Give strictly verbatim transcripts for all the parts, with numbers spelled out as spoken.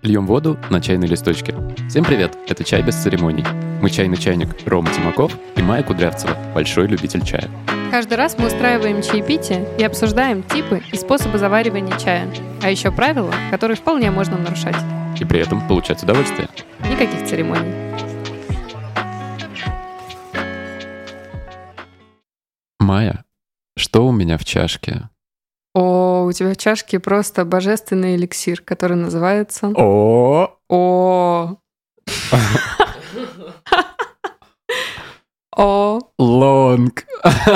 Льем воду на чайные листочки. Всем привет, это «Чай без церемоний». Мы чайный чайник Рома Тимаков и Майя Кудрявцева, большой любитель чая. Каждый раз мы устраиваем чаепитие и обсуждаем типы и способы заваривания чая, а еще правила, которые вполне можно нарушать. И при этом получать удовольствие. Никаких церемоний. Майя, что у меня в чашке? О, у тебя в чашке просто божественный эликсир, который называется... О! О! О! Лонг!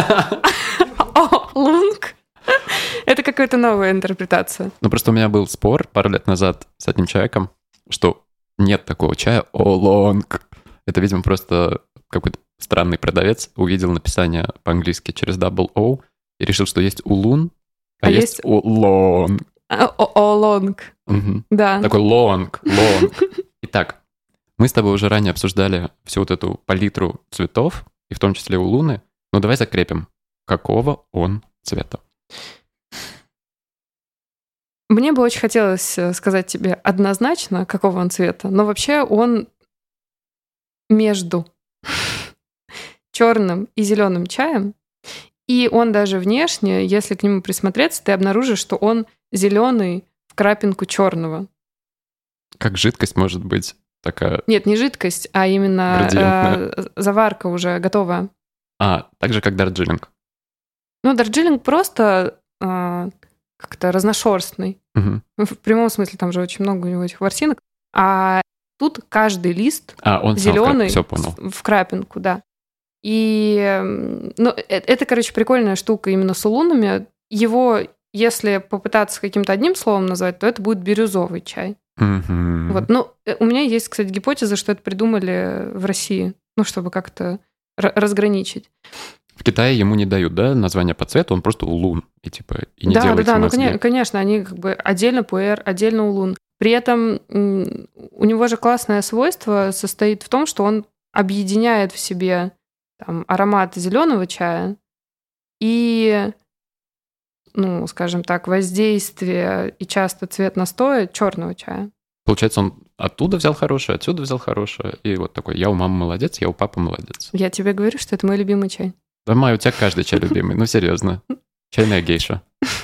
О! Лонг! Это какая-то новая интерпретация. Ну, просто у меня был спор пару лет назад с одним человеком, что нет такого чая о-лонг. Это, видимо, просто какой-то странный продавец увидел написание по-английски через double O и решил, что есть улун, а, а есть, есть улон. О-лонг. Угу. Да. Такой лонг, лонг. Итак, мы с тобой уже ранее обсуждали всю вот эту палитру цветов, и в том числе улуны. Ну, давай закрепим, какого он цвета. Мне бы очень хотелось сказать тебе однозначно, какого он цвета, но вообще он между черным и зеленым чаем. И он даже внешне, если к нему присмотреться, ты обнаружишь, что он зеленый в крапинку черного. Как жидкость может быть такая? Нет, не жидкость, а именно э, заварка уже готовая. А, так же, как дарджилинг. Ну, дарджилинг просто э, как-то разношерстный. Угу. В прямом смысле, там же очень много у него этих ворсинок. А тут каждый лист а, он зеленый в, понял. в крапинку, да. И, ну, это, короче, прикольная штука именно с улунами. Его, если попытаться каким-то одним словом назвать, то это будет бирюзовый чай. Mm-hmm. Вот. Ну, у меня есть, кстати, гипотеза, что это придумали в России, ну, чтобы как-то р- разграничить. В Китае ему не дают, да, название по цвету, он просто улун, и типа и не да, делается да, да, мозги. ну, конечно, они как бы отдельно пуэр, отдельно улун. При этом у него же классное свойство состоит в том, что он объединяет в себе там, аромат зеленого чая и, ну, скажем так, воздействие и часто цвет настоя черного чая. Получается, он оттуда взял хорошее, отсюда взял хорошее, и вот такой: я у мамы молодец, я у папы молодец. Я тебе говорю, что это мой любимый чай. Да, Майя, у тебя каждый чай любимый, ну серьезно. Чайная гейша.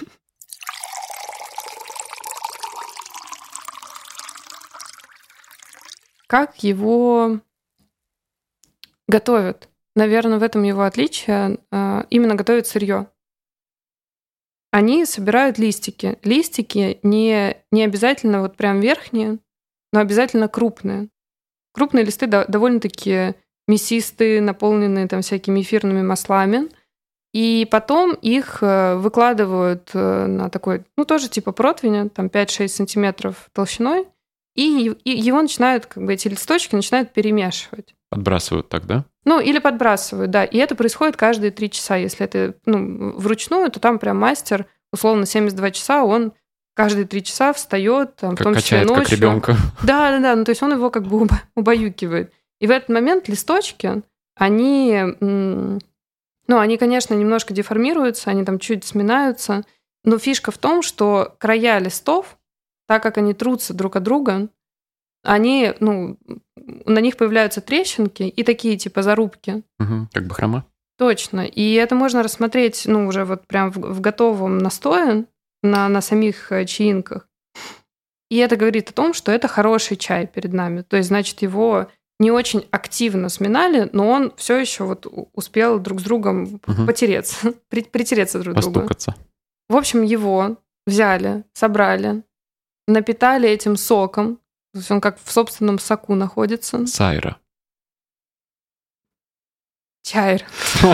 Как его готовят? Наверное, в этом его отличие. Именно готовят сырье. Они собирают листики. Листики не, не обязательно вот прям верхние, но обязательно крупные. Крупные листы довольно-таки мясистые, наполненные там всякими эфирными маслами. И потом их выкладывают на такой, ну, тоже типа противня, там пять-шесть сантиметров толщиной, и, и его начинают, как бы эти листочки начинают перемешивать. Подбрасывают так, да? Ну, или подбрасывают, да. И это происходит каждые три часа. Если это ну, вручную, то там прям мастер, условно, семьдесят два часа, он каждые три часа встает, там, как в том числе качает, ночью. Как ребенка. Да, да, да. Ну, то есть он его как бы убаюкивает. И в этот момент листочки, они, ну, они, конечно, немножко деформируются, они там чуть сминаются, но фишка в том, что края листов, так как они трутся друг от друга, они, ну, на них появляются трещинки и такие типа зарубки. Угу, как бахрома. Точно. И это можно рассмотреть, ну, уже вот прям в, в готовом настое на, на самих чаинках. И это говорит о том, что это хороший чай перед нами. То есть, значит, его не очень активно сминали, но он все еще вот успел друг с другом угу. потереться, притереться друг к другу. Постукаться. В общем, его взяли, собрали, напитали этим соком. То есть он как в собственном соку находится. Сайра. Чайр.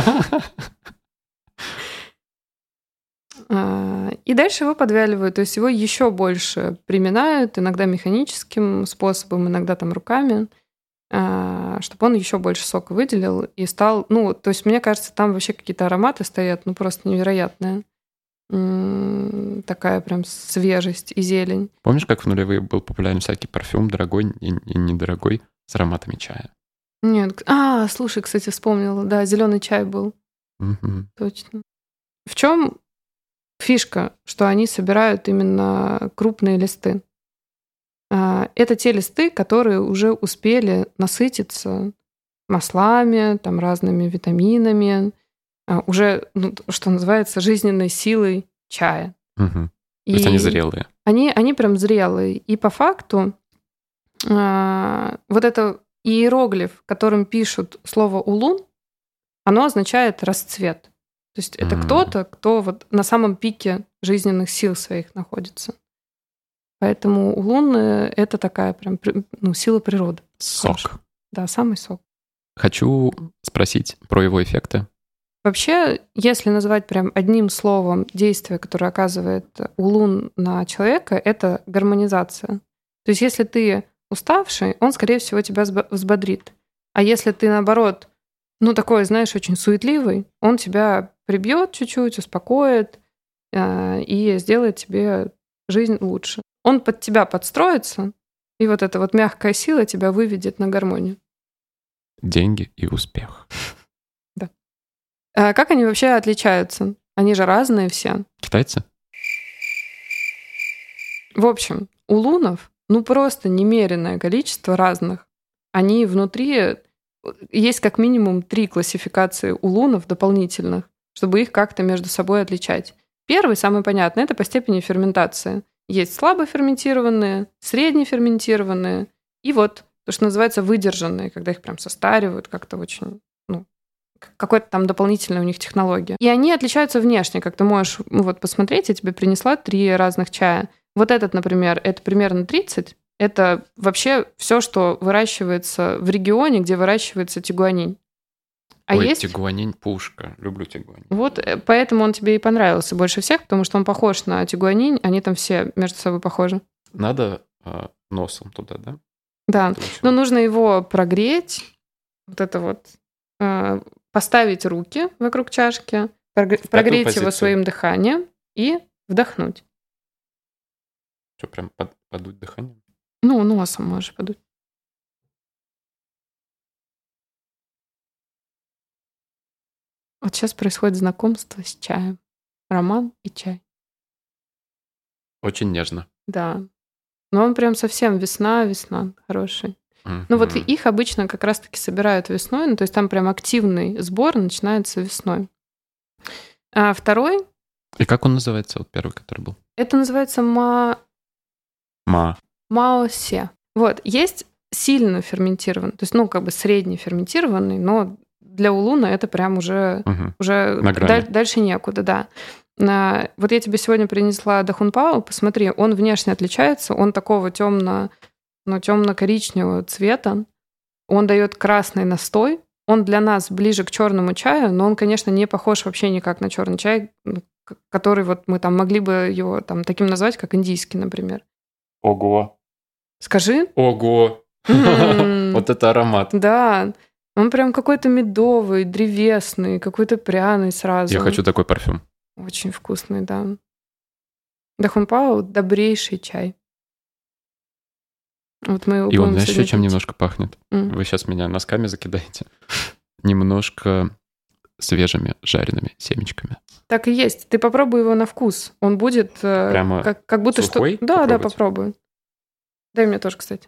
И дальше его подвяливают, то есть его еще больше приминают, иногда механическим способом, иногда там руками, чтобы он еще больше сока выделил и стал... Ну, то есть мне кажется, там вообще какие-то ароматы стоят, ну, просто невероятные. Такая прям свежесть и зелень. Помнишь, как в нулевые был популярен всякий парфюм дорогой и, и недорогой с ароматами чая? Нет. А, слушай, кстати, вспомнила. Да, зеленый чай был. Угу. Точно. В чем фишка, что они собирают именно крупные листы? Это те листы, которые уже успели насытиться маслами, там, разными витаминами, уже, ну, что называется, жизненной силой чая. Угу. И то есть они зрелые. Они, они прям зрелые. И по факту а, вот это иероглиф, которым пишут слово улун, оно означает расцвет. То есть это mm. кто-то, кто вот на самом пике жизненных сил своих находится. Поэтому улун — это такая прям ну, сила природы. Сок. Хорошо. Да, самый сок. Хочу спросить про его эффекты. Вообще, если называть прям одним словом действие, которое оказывает улун на человека, это гармонизация. То есть если ты уставший, он, скорее всего, тебя взбодрит. А если ты, наоборот, ну, такой, знаешь, очень суетливый, он тебя прибьет чуть-чуть, успокоит э, и сделает тебе жизнь лучше. Он под тебя подстроится, и вот эта вот мягкая сила тебя выведет на гармонию. Деньги и успех. Да. А как они вообще отличаются? Они же разные все. Китайцы? В общем, улунов, ну, просто немеренное количество разных. Они внутри... Есть как минимум три классификации улунов дополнительных, чтобы их как-то между собой отличать. Первый, самый понятный, это по степени ферментации. Есть слабо ферментированные, среднеферментированные и вот то, что называется выдержанные, когда их прям состаривают как-то очень, ну, какой-то там дополнительная у них технология. И они отличаются внешне, как ты можешь вот посмотреть, я тебе принесла три разных чая. Вот этот, например, это примерно тридцать. Это вообще все, что выращивается в регионе, где выращивается тигуанин. А Ой, есть... тигуанин пушка. Люблю тигуанин. Вот поэтому он тебе и понравился больше всех, потому что он похож на тигуанин, они там все между собой похожи. Надо э, носом туда, да? Да, но нужно его прогреть, вот это вот, э, поставить руки вокруг чашки, прогреть позицию. Его своим дыханием и вдохнуть. Что, прям под, подуть дыханием? Ну, носом можешь подуть. Вот сейчас происходит знакомство с чаем. Роман и чай. Очень нежно. Да. Но он прям совсем весна-весна хороший. Mm-hmm. Ну вот их обычно как раз-таки собирают весной, ну то есть там прям активный сбор начинается весной. А второй... И как он называется, вот первый, который был? Это называется ма... Ма. Маосе. Вот, есть сильно ферментированный, то есть, ну, как бы среднеферментированный, но для улуна это прям уже, угу. уже даль- дальше некуда, да. А, вот я тебе сегодня принесла дахунпао, посмотри, он внешне отличается, он такого темно, ну, темно-коричневого цвета, он дает красный настой, он для нас ближе к черному чаю, но он, конечно, не похож вообще никак на черный чай, который вот мы там могли бы его там таким назвать, как индийский, например. Ого. Скажи. Ого. Mm-hmm. Вот это аромат. Да. Он прям какой-то медовый, древесный, какой-то пряный сразу. Я хочу такой парфюм. Очень вкусный, да. Дахунпао — добрейший чай. Вот мы его И он, знаешь, еще чем пить. немножко пахнет? Mm. Вы сейчас меня носками закидаете. Немножко свежими жареными семечками. Так и есть. Ты попробуй его на вкус. Он будет прямо как, как будто сухой? что... Да, Попробуйте. да, попробуй. Дай мне тоже, кстати.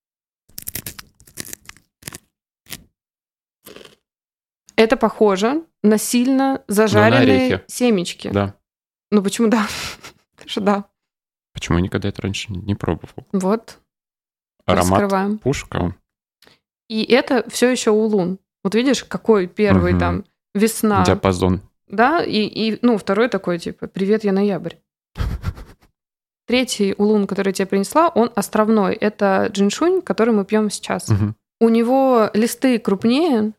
Это похоже на сильно зажаренные на семечки. Да. Ну почему да? Что да. Почему я никогда это раньше не пробовал? Вот. Аромат раскрываем. Пушка. И это все еще улун. Вот видишь, какой первый угу. там весна. Диапазон. Да, и, и ну, второй такой, типа, привет, я ноябрь. Третий улун, который я тебе принесла, он островной. Это джиншунь, который мы пьем сейчас. Угу. У него листы крупнее,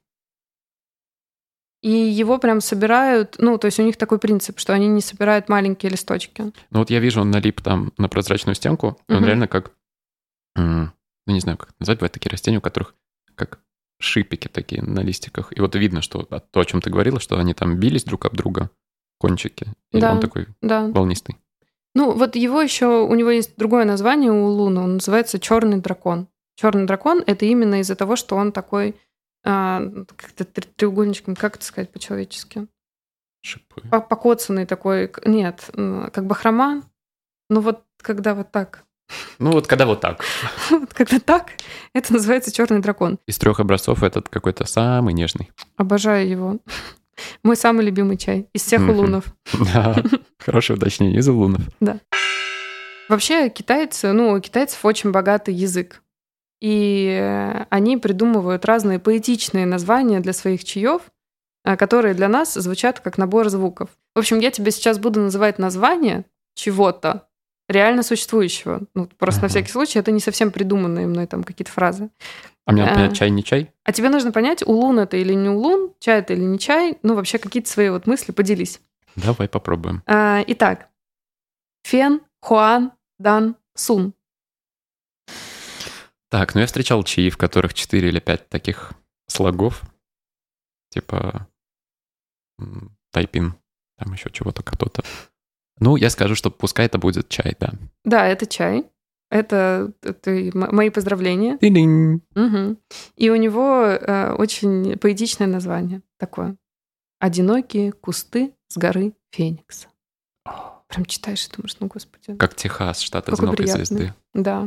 и его прям собирают, ну, то есть у них такой принцип, что они не собирают маленькие листочки. Ну вот я вижу, он налип там на прозрачную стенку, и он угу. реально как, ну не знаю, как это назвать, бывают такие растения, у которых как шипики такие на листиках. И вот видно, что то, о чем ты говорила, что они там бились друг об друга, кончики, и да, он такой да. волнистый. Ну вот его еще, у него есть другое название у улуна, он называется черный дракон. Черный дракон — это именно из-за того, что он такой а, как-то треугольничком, как это сказать по-человечески? Шипы. Покоцанный такой, нет, как бахрома. Ну вот когда вот так Ну вот когда вот так. Вот когда так, это называется черный дракон. Из трех образцов этот какой-то самый нежный. Обожаю его. Мой самый любимый чай из всех улунов. Да, хорошее уточнение, из улунов. Да. Вообще китайцы, ну, у китайцев очень богатый язык. И они придумывают разные поэтичные названия для своих чаев, которые для нас звучат как набор звуков. В общем, я тебе сейчас буду называть название чего-то реально существующего. Ну, просто ага. на всякий случай, это не совсем придуманные мной там какие-то фразы. А мне надо понять, чай, не чай? А тебе нужно понять, улун это или не улун, чай это или не чай. Ну, вообще какие-то свои вот мысли поделись. Давай попробуем. А, итак. Фен, Хуан, Дан, Сун. Так, ну я встречал чаи, в которых четыре или пять таких слогов. Типа тайпин, там еще чего-то, кто-то. Ну, я скажу, что пускай это будет чай, да. Да, это чай. Это, это мои поздравления. Ти-динь. Угу. И у него э, очень поэтичное название такое. «Одинокие кусты с горы Феникса». Прям читаешь и думаешь, ну, господи. Как Техас, штат Какой одинокой приятный. звезды. Да.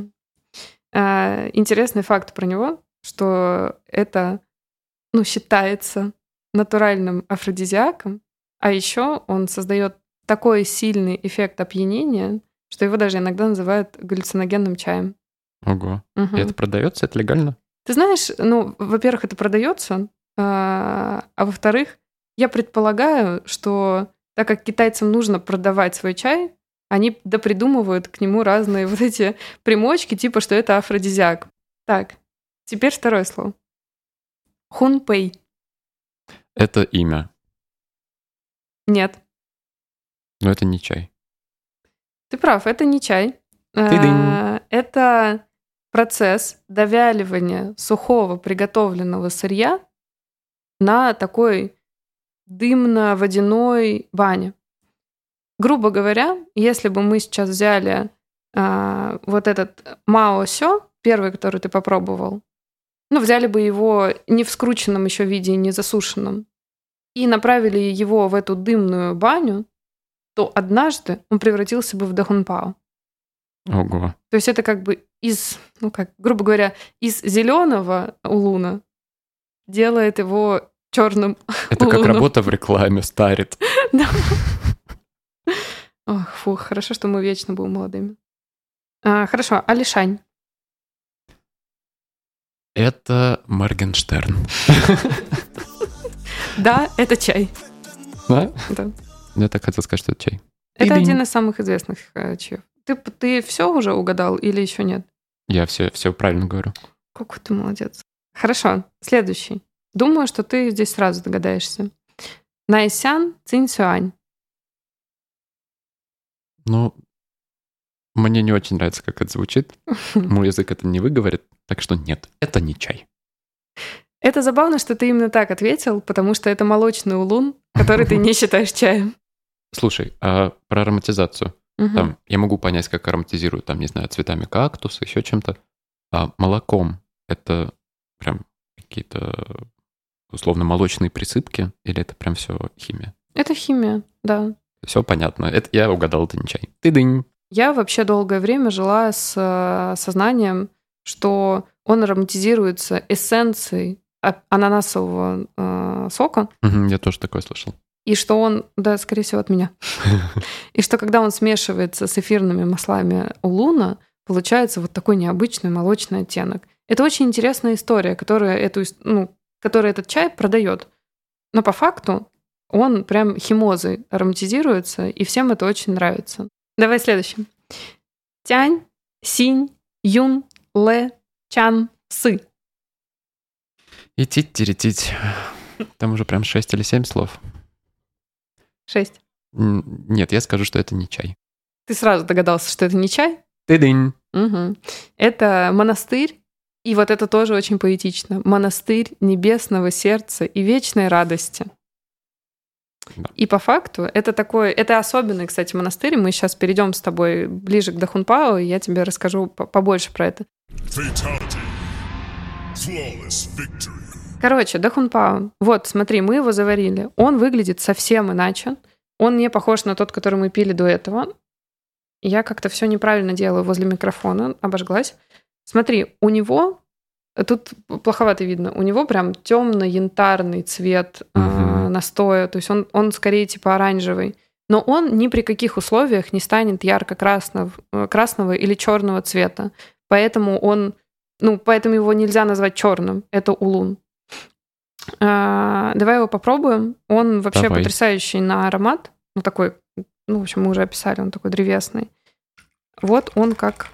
Э, интересный факт про него, что это, ну, считается натуральным афродизиаком, а еще он создает такой сильный эффект опьянения, что его даже иногда называют галлюциногенным чаем. Ого. Угу. И это продается? Это легально? Ты знаешь, ну, во-первых, это продается, а, а во-вторых, я предполагаю, что так как китайцам нужно продавать свой чай, они допридумывают к нему разные вот эти примочки, типа, что это афродизиак. Так, теперь второе слово. Хунпэй. Это имя. Нет. Но это не чай. Ты прав, это не чай. Ти-динь. Это процесс довяливания сухого приготовленного сырья на такой дымно-водяной бане. Грубо говоря, если бы мы сейчас взяли а, вот этот мао-сё, первый, который ты попробовал, ну, взяли бы его не в скрученном еще виде, не засушенном, и направили его в эту дымную баню, то однажды он превратился бы в дахунпао. Ого. То есть это как бы из, ну как, грубо говоря, из зеленого улуна делает его черным. Это улуном. как работа в рекламе старит. Да. Ох, фух, хорошо, что мы вечно будем молодыми. А, хорошо, Алишань. Это Моргенштерн. Да, это чай. Да? Да. Я так хотел сказать, что это чай. Это Ти-динь. один из самых известных э, чаев. Ты, ты все уже угадал или еще нет? Я все, все правильно говорю. Какой ты молодец. Хорошо, следующий. Думаю, что ты здесь сразу догадаешься. Найсян Цинсюань. Ну, мне не очень нравится, как это звучит. Мой язык это не выговорит, так что нет, это не чай. Это забавно, что ты именно так ответил, потому что это молочный улун, который ты не считаешь чаем. Слушай, а про ароматизацию. Угу. Там я могу понять, как ароматизируют, там, не знаю, цветами кактуса, еще чем-то. А молоком это прям какие-то условно молочные присыпки, или это прям все химия? Это химия, да. Все понятно. Это я угадал, это не чай. Ты-дынь. Я вообще долгое время жила с э, сознанием, что он ароматизируется эссенцией а- ананасового э, сока, Угу, я тоже такое слышал. и что он, да, скорее всего, от меня, и что когда он смешивается с эфирными маслами улуна, получается вот такой необычный молочный оттенок. Это очень интересная история, которая, эту, ну, которая этот чай продает. Но по факту он прям химозой ароматизируется, и всем это очень нравится. Давай следующим. Тянь, Синь, Юн, Ле, Чан, Сы. И тить-теретить. Там уже прям шесть или семь слов. Шесть. Н- Нет, я скажу, что это не чай. Ты сразу догадался, что это не чай? Ты-дынь. Угу. Это монастырь, и вот это тоже очень поэтично. Монастырь небесного сердца и вечной радости. Да. И по факту это такой, это особенный, кстати, монастырь. Мы сейчас перейдем с тобой ближе к Дахунпао, и я тебе расскажу побольше про это. Короче, Дахунпао. Вот, смотри, мы его заварили. Он выглядит совсем иначе. Он не похож на тот, который мы пили до этого. Я как-то все неправильно делаю возле микрофона, обожглась. Смотри, у него, тут плоховато видно, у него прям темно-янтарный цвет Угу. э, настоя, то есть он, он скорее типа оранжевый. Но он ни при каких условиях не станет ярко-красного красного или черного цвета. Поэтому он, ну, поэтому его нельзя назвать черным. Это улун. А, давай его попробуем. Он вообще Давай. потрясающий на аромат. Ну, такой, ну, в общем, мы уже описали, он такой древесный. Вот он как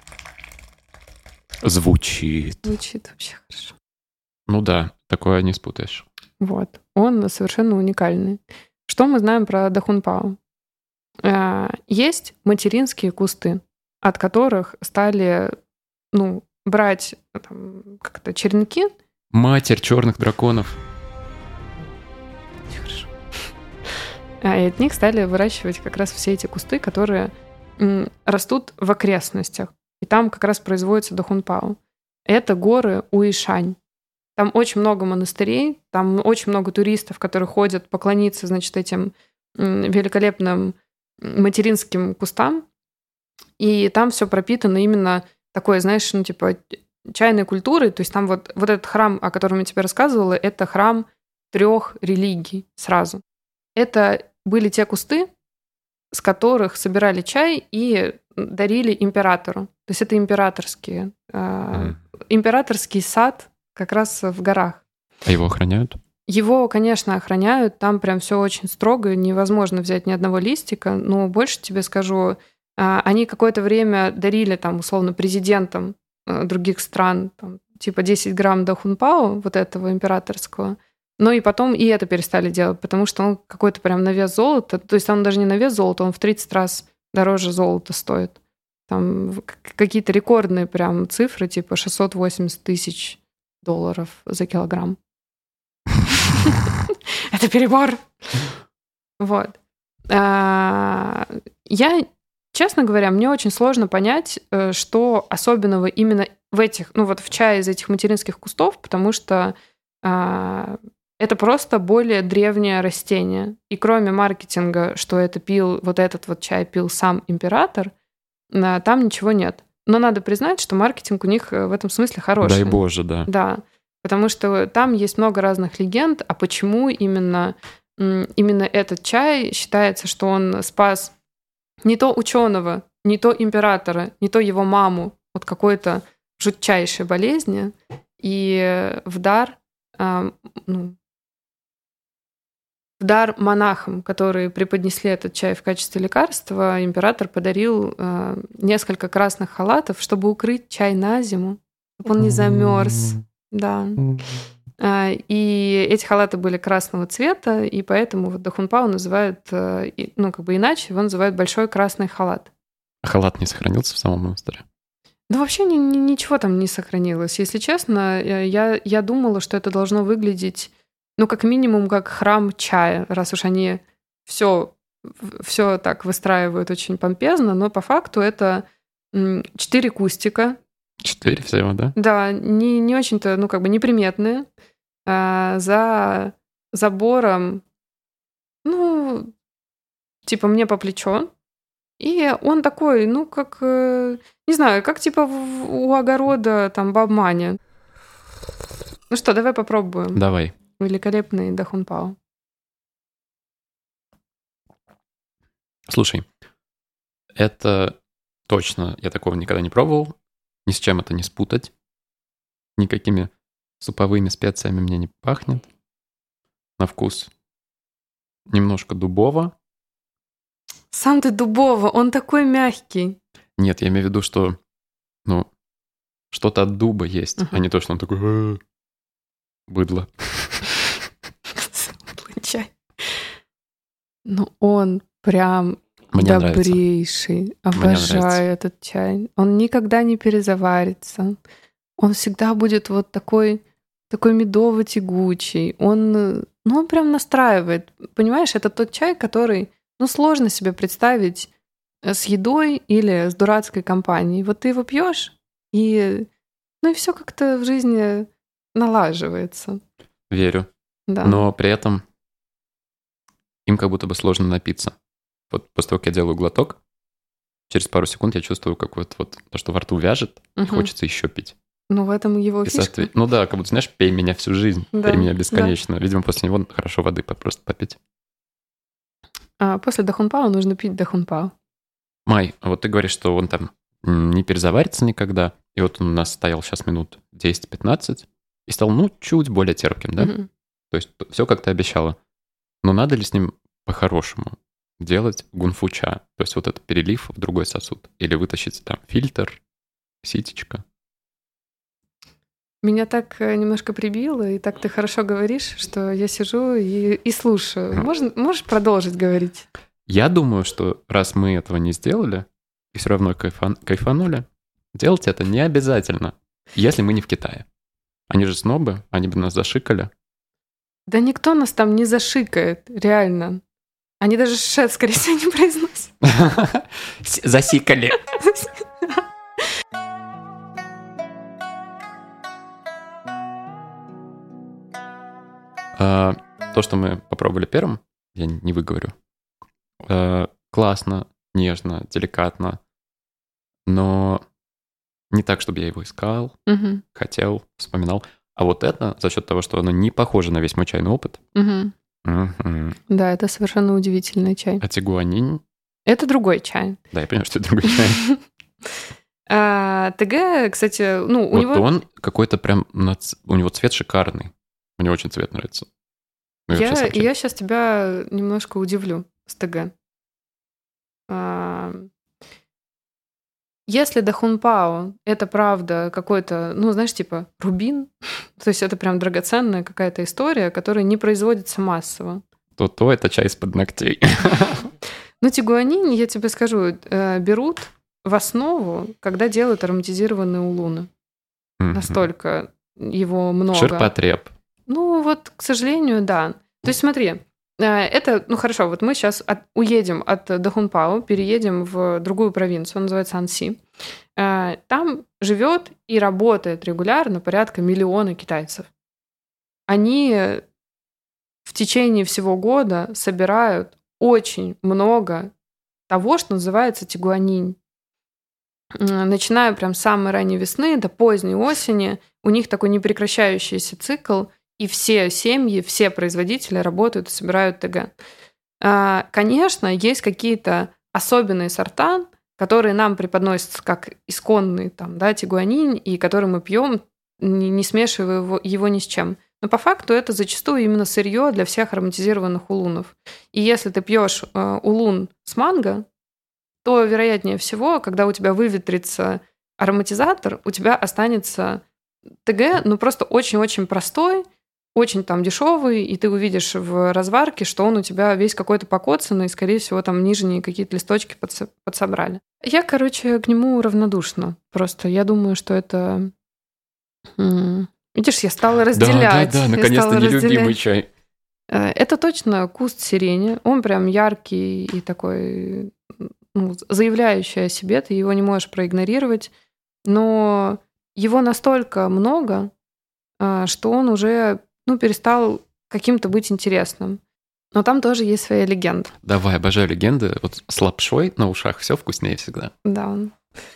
Звучит. звучит вообще хорошо. Ну да, такое не спутаешь. Вот. Он совершенно уникальный. Что мы знаем про дахунпао? А, есть материнские кусты, от которых стали, ну, брать там, как-то черенки. Матерь черных драконов. Хорошо. А, и от них стали выращивать как раз все эти кусты, которые м, растут в окрестностях. И там как раз производится дахунпао. Это горы Уишань. Там очень много монастырей, там очень много туристов, которые ходят поклониться, значит, этим м, великолепным материнским кустам. И там все пропитано именно такой, знаешь, ну, типа чайной культурой. То есть там вот, вот этот храм, о котором я тебе рассказывала, это храм трех религий сразу. Это были те кусты, с которых собирали чай и дарили императору. То есть это императорские, э, Mm. императорский сад как раз в горах. А его охраняют? Его, конечно, охраняют, там прям все очень строго, невозможно взять ни одного листика, но больше тебе скажу, а, они какое-то время дарили там условно президентам э, других стран, там, типа десять грамм дахунпао, вот этого императорского, но и потом и это перестали делать, потому что он какой-то прям на вес золота, то есть он даже не на вес золота, он в тридцать раз дороже золота стоит. Там в- к- какие-то рекордные прям цифры, типа шестьсот восемьдесят тысяч долларов за килограмм. Это перебор. Вот. А, Я, честно говоря, мне очень сложно понять, э, что особенного именно в этих, ну вот в чае из этих материнских кустов, потому что а, это просто более древнее растение. И кроме маркетинга, что это пил, вот этот вот чай пил сам император, а, там ничего нет. Но надо признать, что маркетинг у них э, в этом смысле хороший. Дай боже, да. Да, потому что там есть много разных легенд, а почему именно, м, именно этот чай считается, что он спас не то ученого, не то императора, не то его маму от какой-то жутчайшей болезни, и в дар, а, ну, в дар монахам, которые преподнесли этот чай в качестве лекарства, император подарил а, несколько красных халатов, чтобы укрыть чай на зиму, чтобы он не замерз. Да. А, И эти халаты были красного цвета, и поэтому вот дахунпао называют, э, и- ну, как бы иначе, его называют большой красный халат. А халат не сохранился в самом монастыре? Да вообще ни- ни- ничего там не сохранилось. Если честно, э, я, я думала, что это должно выглядеть, ну, как минимум, как храм чая, раз уж они все, все так выстраивают очень помпезно, но по факту это м, четыре кустика, Четыре всего, да? да, не, не очень-то, ну, как бы неприметные, а, за забором, ну, типа мне по плечо. И он такой, ну, как, э, не знаю, как типа в- у огорода там баб Маня. Ну что, давай попробуем. Давай. Великолепный дахунпао. Слушай, это точно, я такого никогда не пробовал. Ни с чем это не спутать. Никакими суповыми специями мне не пахнет. На вкус немножко дубово. Сам ты дубово, он такой мягкий. Нет, я имею в виду, что, ну, что-то от дуба есть, Мгм. а не то, что он такой «Э, быдло». Чай. Ну, он прям Мне нравится. добрейший. нравится. Обожаю этот чай. Он никогда не перезаварится. Он всегда будет вот такой, такой медово-тягучий. Он, э, ну, он прям настраивает. Понимаешь, это тот чай, который, ну, сложно себе представить э, с едой или с дурацкой компанией. Вот ты его пьешь, и, ну, и все как-то в жизни налаживается. Верю. Да. Но при этом им как будто бы сложно напиться. Вот после того, как я делаю глоток, через пару секунд я чувствую, как вот, вот то, что во рту вяжет, и Мгм. хочется еще пить. Ну, в этом его И фишка. соответ- Ну да, как будто, знаешь, пей меня всю жизнь, Да, пей меня да. бесконечно. Видимо, после него хорошо воды по- просто попить. А после дахунпао нужно пить дахунпао. Май, а вот ты говоришь, что он там м, не перезаварится никогда, и вот он у нас стоял сейчас минут десять-пятнадцать и стал, ну, чуть более терпким, да? Мгм. То есть все, как ты обещала. Но надо ли с ним по-хорошему делать гунфу-ча? То есть вот этот перелив в другой сосуд? Или вытащить там фильтр, ситечко? Меня так э, немножко прибило, и так ты хорошо говоришь, что я сижу и, и слушаю. Ага. Можно, можешь продолжить говорить? Я думаю, что раз мы этого не сделали, и все равно кайфан- кайфанули, делать это не обязательно, если мы не в Китае. Они же снобы, они бы нас зашикали. Да никто нас там не зашикает, реально. Они даже шет, скорее всего, не произносят. С- Засикали. А, То, что мы попробовали первым, я не выговорю. А, Классно, нежно, деликатно, но не так, чтобы я его искал, Мгм, хотел, вспоминал. А вот это, за счет того, что оно не похоже на весь мой чайный опыт, мгм. мгм. Да, это совершенно удивительный чай. А тигуанинь, Это другой чай. да, я понимаю, что это другой чай. А, ТГ, кстати, ну, у Вот него... он какой-то прям, нац- у него цвет шикарный. Мне очень цвет нравится. Ну и вообще Я, сам чай. я сейчас тебя немножко удивлю с ТГ. А, Если дахунпао это правда какой-то, ну, знаешь, типа рубин, то есть это прям драгоценная какая-то история, которая не производится массово. То, то это чай из-под ногтей. Ну, тигуанин, я тебе скажу, э, берут в основу, когда делают ароматизированные улуны. Мгм. Настолько его много. Ширпотреб. Ну, вот, к сожалению, да. То есть смотри, э, это, ну хорошо, вот мы сейчас уедем от Дахунпао, переедем в другую провинцию, она называется Анси. Э, Там живет и работает регулярно порядка миллиона китайцев. Они в течение всего года собирают очень много того, что называется тигуанинь. М, Начиная прям с самой ранней весны до поздней осени, у них такой непрекращающийся цикл, и все семьи, все производители работают и собирают ТГ. А, Конечно, есть какие-то особенные сорта, которые нам преподносятся как исконный там, да, тигуанинь, и которые мы пьем, не, не смешивая его, его ни с чем. Но по факту это зачастую именно сырье для всех ароматизированных улунов. И если ты пьешь э, улун с манго, то, вероятнее всего, когда у тебя выветрится ароматизатор, у тебя останется ТГ, ну просто очень-очень простой, очень там дешевый, и ты увидишь в разварке, что он у тебя весь какой-то покоцанный, и, скорее всего, там нижние какие-то листочки подсо- подсобрали. Я, короче, к нему равнодушна. Просто я думаю, что это... м, Видишь, я стала Да, да, разделять. да, Я наконец-то стала нелюбимый разделять. чай. Э, Это точно куст сирени. Он прям яркий и такой, ну, заявляющий о себе. Ты его не можешь проигнорировать. Но его настолько много, а, что он уже, ну, перестал каким-то быть интересным. Но там тоже есть своя легенда. Давай, обожаю легенды. Вот с лапшой на ушах все вкуснее всегда. Да, он.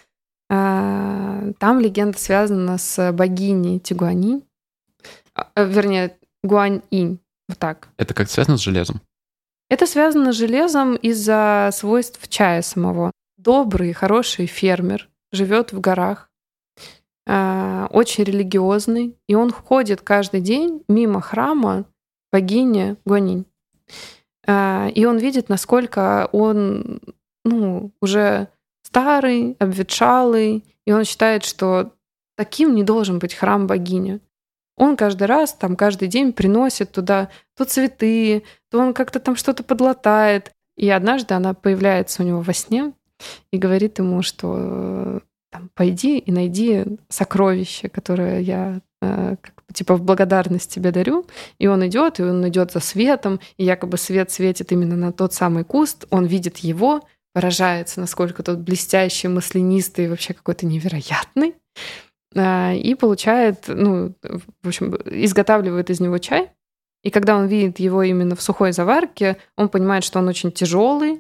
А, Там легенда связана с богиней Тигуанинь. А, э, Вернее, Гуань-инь. Вот так. Это как связано с железом? Это связано с железом из-за свойств чая самого. Добрый, хороший фермер живет в горах, а, очень религиозный, и он ходит каждый день мимо храма богини Гуанинь. А, И он видит, насколько он, ну, уже старый, обветшалый, и он считает, что таким не должен быть храм богини. Он каждый раз, там, каждый день приносит туда то цветы, то он как-то там что-то подлатает. И однажды она появляется у него во сне и говорит ему, что там, пойди и найди сокровище, которое я э, как бы, типа в благодарность тебе дарю. И он идет, и он идет за светом, и якобы свет светит именно на тот самый куст. Он видит его, поражается, насколько тот блестящий, маслянистый, вообще какой-то невероятный. И получает, ну, в общем, изготавливает из него чай. И когда он видит его именно в сухой заварке, он понимает, что он очень тяжелый,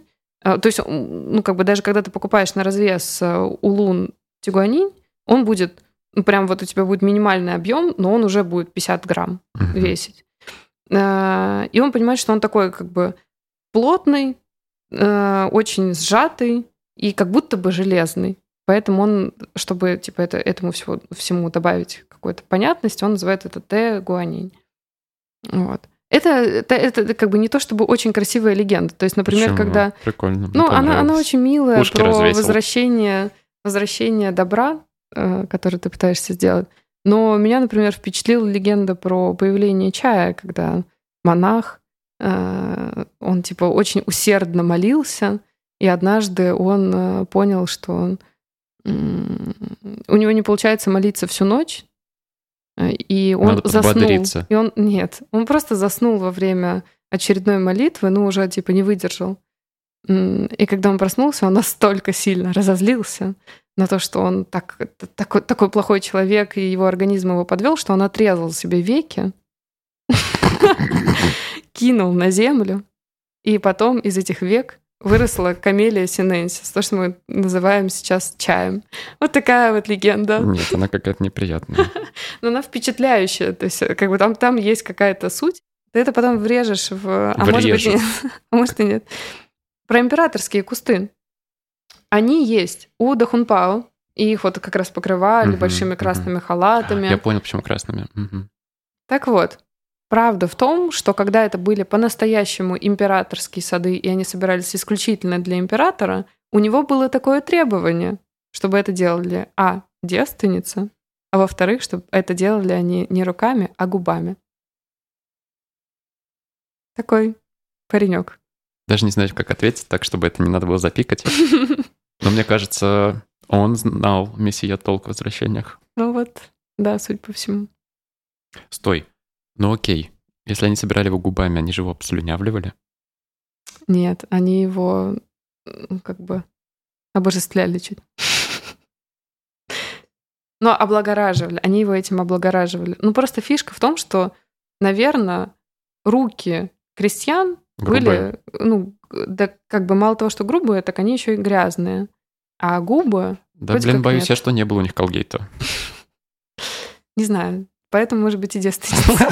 То есть, ну, как бы даже когда ты покупаешь на развес улун тигуанин, он будет, ну, прям вот у тебя будет минимальный объем, но он уже будет пятьдесят грамм uh-huh. весить. И он понимает, что он такой как бы плотный, очень сжатый и как будто бы железный. Поэтому он, чтобы типа это, этому всего, всему добавить какую-то понятность, он называет это тэ-гуанинь. Вот. Это, это, это как бы не то чтобы очень красивая легенда. То есть, например, Почему? Когда... Прикольно. Ну, она, она очень милая, Ушки про развесил. возвращение, возвращение добра, э, который ты пытаешься сделать. Но меня, например, впечатлила легенда про появление чая, когда монах, э, он типа очень усердно молился, и однажды он э, понял, что он, э, у него не получается молиться всю ночь, и он Надо заснул. И он, нет, он просто заснул во время очередной молитвы, ну, уже типа не выдержал. И когда он проснулся, он настолько сильно разозлился на то, что он так, такой, такой плохой человек, и его организм его подвел, что он отрезал себе веки, кинул на землю, и потом из этих век выросла камелия синенсис, то, что мы называем сейчас чаем. Вот такая вот легенда. Нет, она какая-то неприятная. Но она впечатляющая. То есть, как бы там, там есть какая-то суть. Ты это потом врежешь в... А может быть, нет. А может и нет. Про императорские кусты. Они есть у Дахунпао. И их вот как раз покрывали uh-huh, большими красными uh-huh. халатами. Я понял, почему красными. Uh-huh. Так вот, правда в том, что когда это были по-настоящему императорские сады, и они собирались исключительно для императора, у него было такое требование, чтобы это делали, а, девственницы, а во-вторых, чтобы это делали они не руками, а губами. Такой паренек. Даже не знаю, как ответить так, чтобы это не надо было запикать. Но мне кажется, он знал мессия толк в возвращениях. Ну вот, да, судя по всему. Стой. Ну окей. Если они собирали его губами, они же его обслюнявливали? Нет, они его как бы обожествляли чуть. Но облагораживали. Они его этим облагораживали. Ну просто фишка в том, что, наверное, руки крестьян грубые. Были, ну, да, как бы мало того, что грубые, так они еще и грязные. А губы... Да, блин, боюсь нет. я, что не было у них колгейта. Не знаю. Поэтому, может быть, и девственница.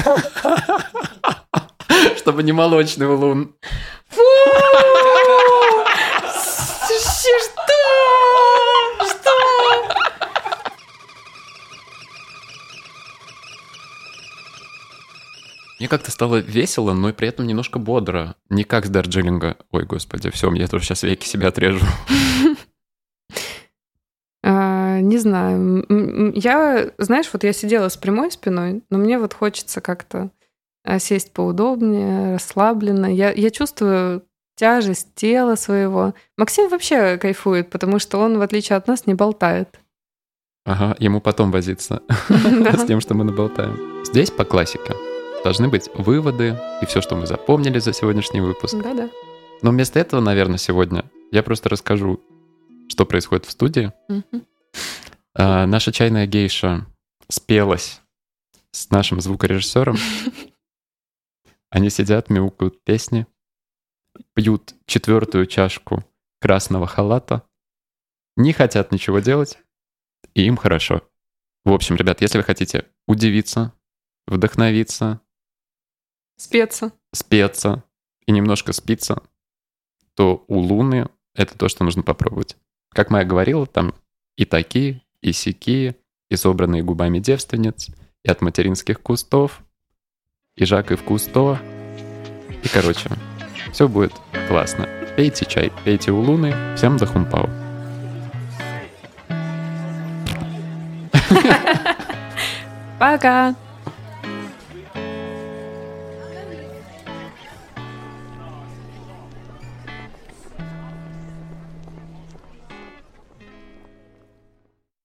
Чтобы не молочный улун. Фу! Что? Что? Мне как-то стало весело, но и при этом немножко бодро. Не как с Дарджилинга. Ой, господи, все, я тоже сейчас веки себе отрежу. Не знаю. Я, знаешь, вот я сидела с прямой спиной, но мне вот хочется как-то сесть поудобнее, расслабленно. Я, я чувствую тяжесть тела своего. Максим вообще кайфует, потому что он, в отличие от нас, не болтает. Ага, ему потом возиться с тем, что мы наболтаем. Здесь по классике должны быть выводы и все, что мы запомнили за сегодняшний выпуск. Да-да. Но вместо этого, наверное, сегодня я просто расскажу, что происходит в студии. А, наша чайная гейша спелась с нашим звукорежиссером. Они сидят, мяукают песни, пьют четвертую чашку красного халата, не хотят ничего делать, и им хорошо. В общем, ребят, если вы хотите удивиться, вдохновиться, спеться, спеться и немножко спиться, то у Луны это то, что нужно попробовать. Как Майя говорила, там и такие, и сякие, и собранные губами девственниц, и от материнских кустов, и Жак и вкус то. И, короче, все будет классно. Пейте чай, пейте у Луны. Всем дахунпао. Пока!